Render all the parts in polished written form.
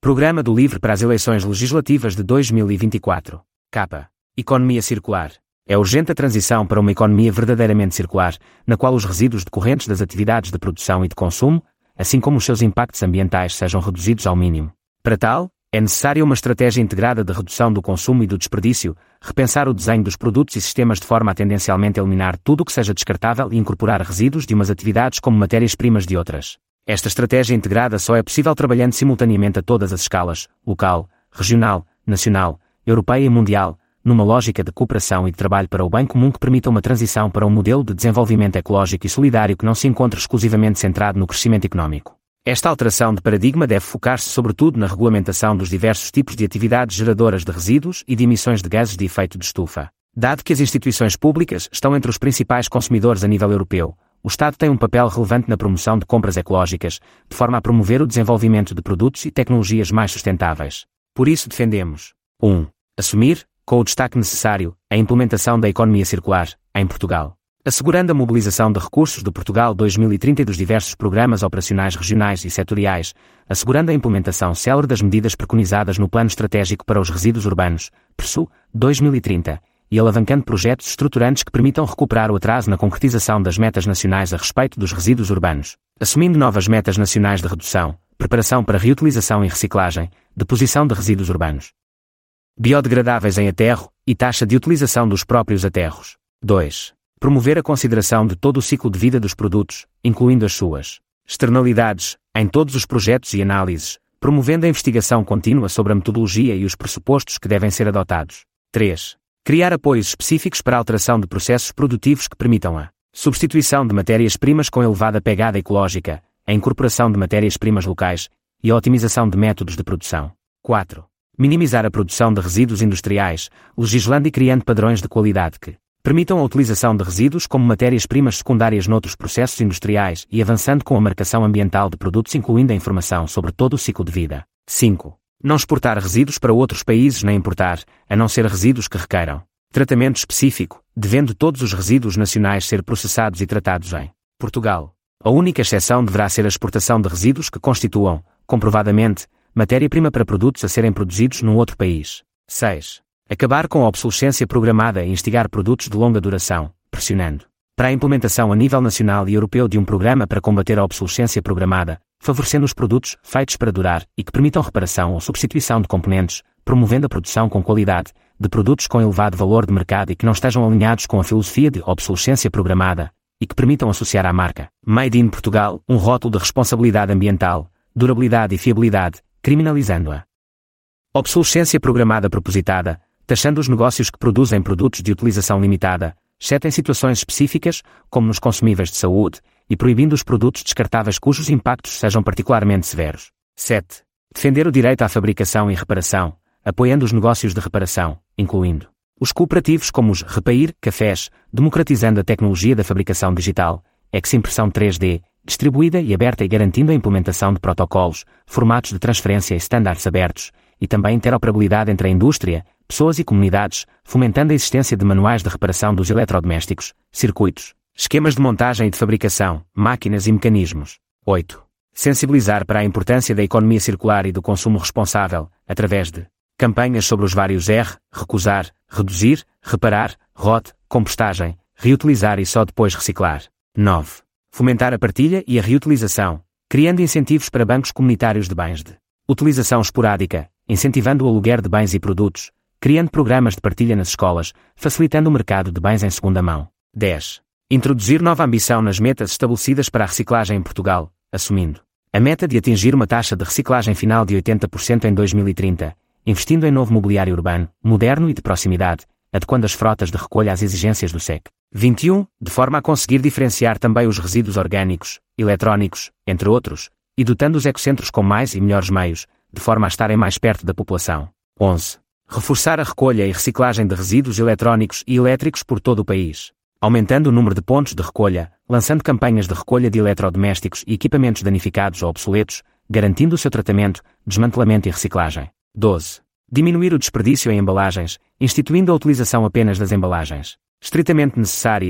Programa do LIVRE para as eleições legislativas de 2024. K. Economia circular. É urgente a transição para uma economia verdadeiramente circular, na qual os resíduos decorrentes das atividades de produção e de consumo, assim como os seus impactos ambientais, sejam reduzidos ao mínimo. Para tal, é necessária uma estratégia integrada de redução do consumo e do desperdício, repensar o desenho dos produtos e sistemas de forma a tendencialmente eliminar tudo o que seja descartável e incorporar resíduos de umas atividades como matérias-primas de outras. Esta estratégia integrada só é possível trabalhando simultaneamente a todas as escalas, local, regional, nacional, europeia e mundial, numa lógica de cooperação e de trabalho para o bem comum que permita uma transição para um modelo de desenvolvimento ecológico e solidário que não se encontre exclusivamente centrado no crescimento económico. Esta alteração de paradigma deve focar-se sobretudo na regulamentação dos diversos tipos de atividades geradoras de resíduos e de emissões de gases de efeito de estufa. Dado que as instituições públicas estão entre os principais consumidores a nível europeu, o Estado tem um papel relevante na promoção de compras ecológicas, de forma a promover o desenvolvimento de produtos e tecnologias mais sustentáveis. Por isso defendemos 1. Assumir, com o destaque necessário, a implementação da economia circular, em Portugal, assegurando a mobilização de recursos do Portugal 2030 e dos diversos programas operacionais regionais e setoriais, assegurando a implementação célere das medidas preconizadas no Plano Estratégico para os Resíduos Urbanos, PRESU, 2030, e alavancando projetos estruturantes que permitam recuperar o atraso na concretização das metas nacionais a respeito dos resíduos urbanos, assumindo novas metas nacionais de redução, preparação para reutilização e reciclagem, deposição de resíduos urbanos biodegradáveis em aterro e taxa de utilização dos próprios aterros. 2. Promover a consideração de todo o ciclo de vida dos produtos, incluindo as suas externalidades, em todos os projetos e análises, promovendo a investigação contínua sobre a metodologia e os pressupostos que devem ser adotados. 3. Criar apoios específicos para a alteração de processos produtivos que permitam a substituição de matérias-primas com elevada pegada ecológica, a incorporação de matérias-primas locais e a otimização de métodos de produção. 4. Minimizar a produção de resíduos industriais, legislando e criando padrões de qualidade que permitam a utilização de resíduos como matérias-primas secundárias noutros processos industriais e avançando com a marcação ambiental de produtos, incluindo a informação sobre todo o ciclo de vida. 5. Não exportar resíduos para outros países nem importar, a não ser resíduos que requeiram tratamento específico, devendo todos os resíduos nacionais ser processados e tratados em Portugal. A única exceção deverá ser a exportação de resíduos que constituam, comprovadamente, matéria-prima para produtos a serem produzidos num outro país. 6. Acabar com a obsolescência programada e instigar produtos de longa duração, pressionando para a implementação a nível nacional e europeu de um programa para combater a obsolescência programada, favorecendo os produtos feitos para durar e que permitam reparação ou substituição de componentes, promovendo a produção com qualidade, de produtos com elevado valor de mercado e que não estejam alinhados com a filosofia de obsolescência programada, e que permitam associar à marca Made in Portugal um rótulo de responsabilidade ambiental, durabilidade e fiabilidade, criminalizando-a obsolescência programada propositada, taxando os negócios que produzem produtos de utilização limitada, exceto em situações específicas, como nos consumíveis de saúde, e proibindo os produtos descartáveis cujos impactos sejam particularmente severos. 7. Defender o direito à fabricação e reparação, apoiando os negócios de reparação, incluindo os cooperativos como os Repair Cafés, democratizando a tecnologia da fabricação digital, ex-impressão 3D, distribuída e aberta e garantindo a implementação de protocolos, formatos de transferência e estándares abertos, e também interoperabilidade entre a indústria, pessoas e comunidades, fomentando a existência de manuais de reparação dos eletrodomésticos, circuitos, esquemas de montagem e de fabricação, máquinas e mecanismos. 8. Sensibilizar para a importância da economia circular e do consumo responsável, através de campanhas sobre os vários R, recusar, reduzir, reparar, ROT, compostagem, reutilizar e só depois reciclar. 9. Fomentar a partilha e a reutilização, criando incentivos para bancos comunitários de bens de utilização esporádica, incentivando o aluguer de bens e produtos, criando programas de partilha nas escolas, facilitando o mercado de bens em segunda mão. 10. Introduzir nova ambição nas metas estabelecidas para a reciclagem em Portugal, assumindo a meta de atingir uma taxa de reciclagem final de 80% em 2030, investindo em novo mobiliário urbano, moderno e de proximidade, adequando as frotas de recolha às exigências do SEC. 21. De forma a conseguir diferenciar também os resíduos orgânicos, eletrónicos, entre outros, e dotando os ecocentros com mais e melhores meios, de forma a estarem mais perto da população. 11. Reforçar a recolha e reciclagem de resíduos eletrónicos e elétricos por todo o país, aumentando o número de pontos de recolha, lançando campanhas de recolha de eletrodomésticos e equipamentos danificados ou obsoletos, garantindo o seu tratamento, desmantelamento e reciclagem. 12. Diminuir o desperdício em embalagens, instituindo a utilização apenas das embalagens estritamente necessárias,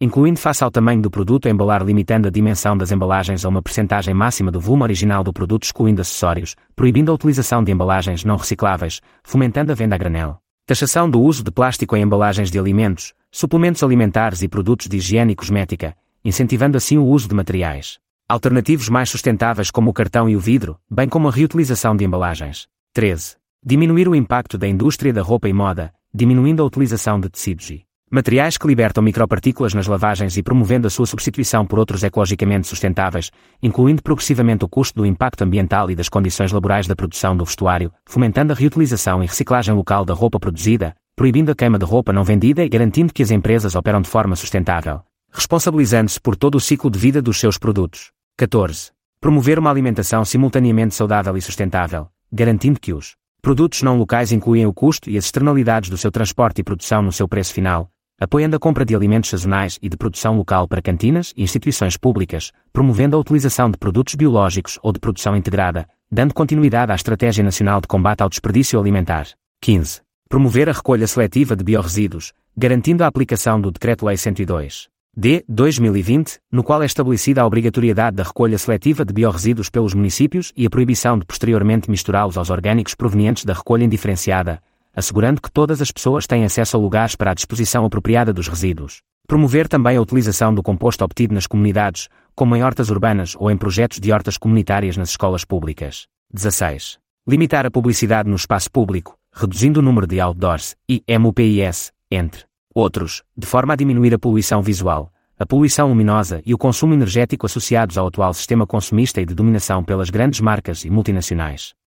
incluindo face ao tamanho do produto a embalar, limitando a dimensão das embalagens a uma percentagem máxima do volume original do produto, excluindo acessórios, proibindo a utilização de embalagens não recicláveis, fomentando a venda a granel. Taxação do uso de plástico em embalagens de alimentos, suplementos alimentares e produtos de higiene e cosmética, incentivando assim o uso de materiais alternativos mais sustentáveis como o cartão e o vidro, bem como a reutilização de embalagens. 13. Diminuir o impacto da indústria da roupa e moda, diminuindo a utilização de tecidos e materiais que libertam micropartículas nas lavagens e promovendo a sua substituição por outros ecologicamente sustentáveis, incluindo progressivamente o custo do impacto ambiental e das condições laborais da produção do vestuário, fomentando a reutilização e reciclagem local da roupa produzida, proibindo a queima de roupa não vendida e garantindo que as empresas operam de forma sustentável, responsabilizando-se por todo o ciclo de vida dos seus produtos. 14. Promover uma alimentação simultaneamente saudável e sustentável, garantindo que os produtos não locais incluem o custo e as externalidades do seu transporte e produção no seu preço final, apoiando a compra de alimentos sazonais e de produção local para cantinas e instituições públicas, promovendo a utilização de produtos biológicos ou de produção integrada, dando continuidade à Estratégia Nacional de Combate ao Desperdício Alimentar. 15. Promover a recolha seletiva de biorresíduos, garantindo a aplicação do Decreto-Lei 102/2020, no qual é estabelecida a obrigatoriedade da recolha seletiva de biorresíduos pelos municípios e a proibição de posteriormente misturá-los aos orgânicos provenientes da recolha indiferenciada, assegurando que todas as pessoas têm acesso a lugares para a disposição apropriada dos resíduos. Promover também a utilização do composto obtido nas comunidades, como em hortas urbanas ou em projetos de hortas comunitárias nas escolas públicas. 16. Limitar a publicidade no espaço público, reduzindo o número de outdoors e MUPIs, entre outros, de forma a diminuir a poluição visual, a poluição luminosa e o consumo energético associados ao atual sistema consumista e de dominação pelas grandes marcas e multinacionais.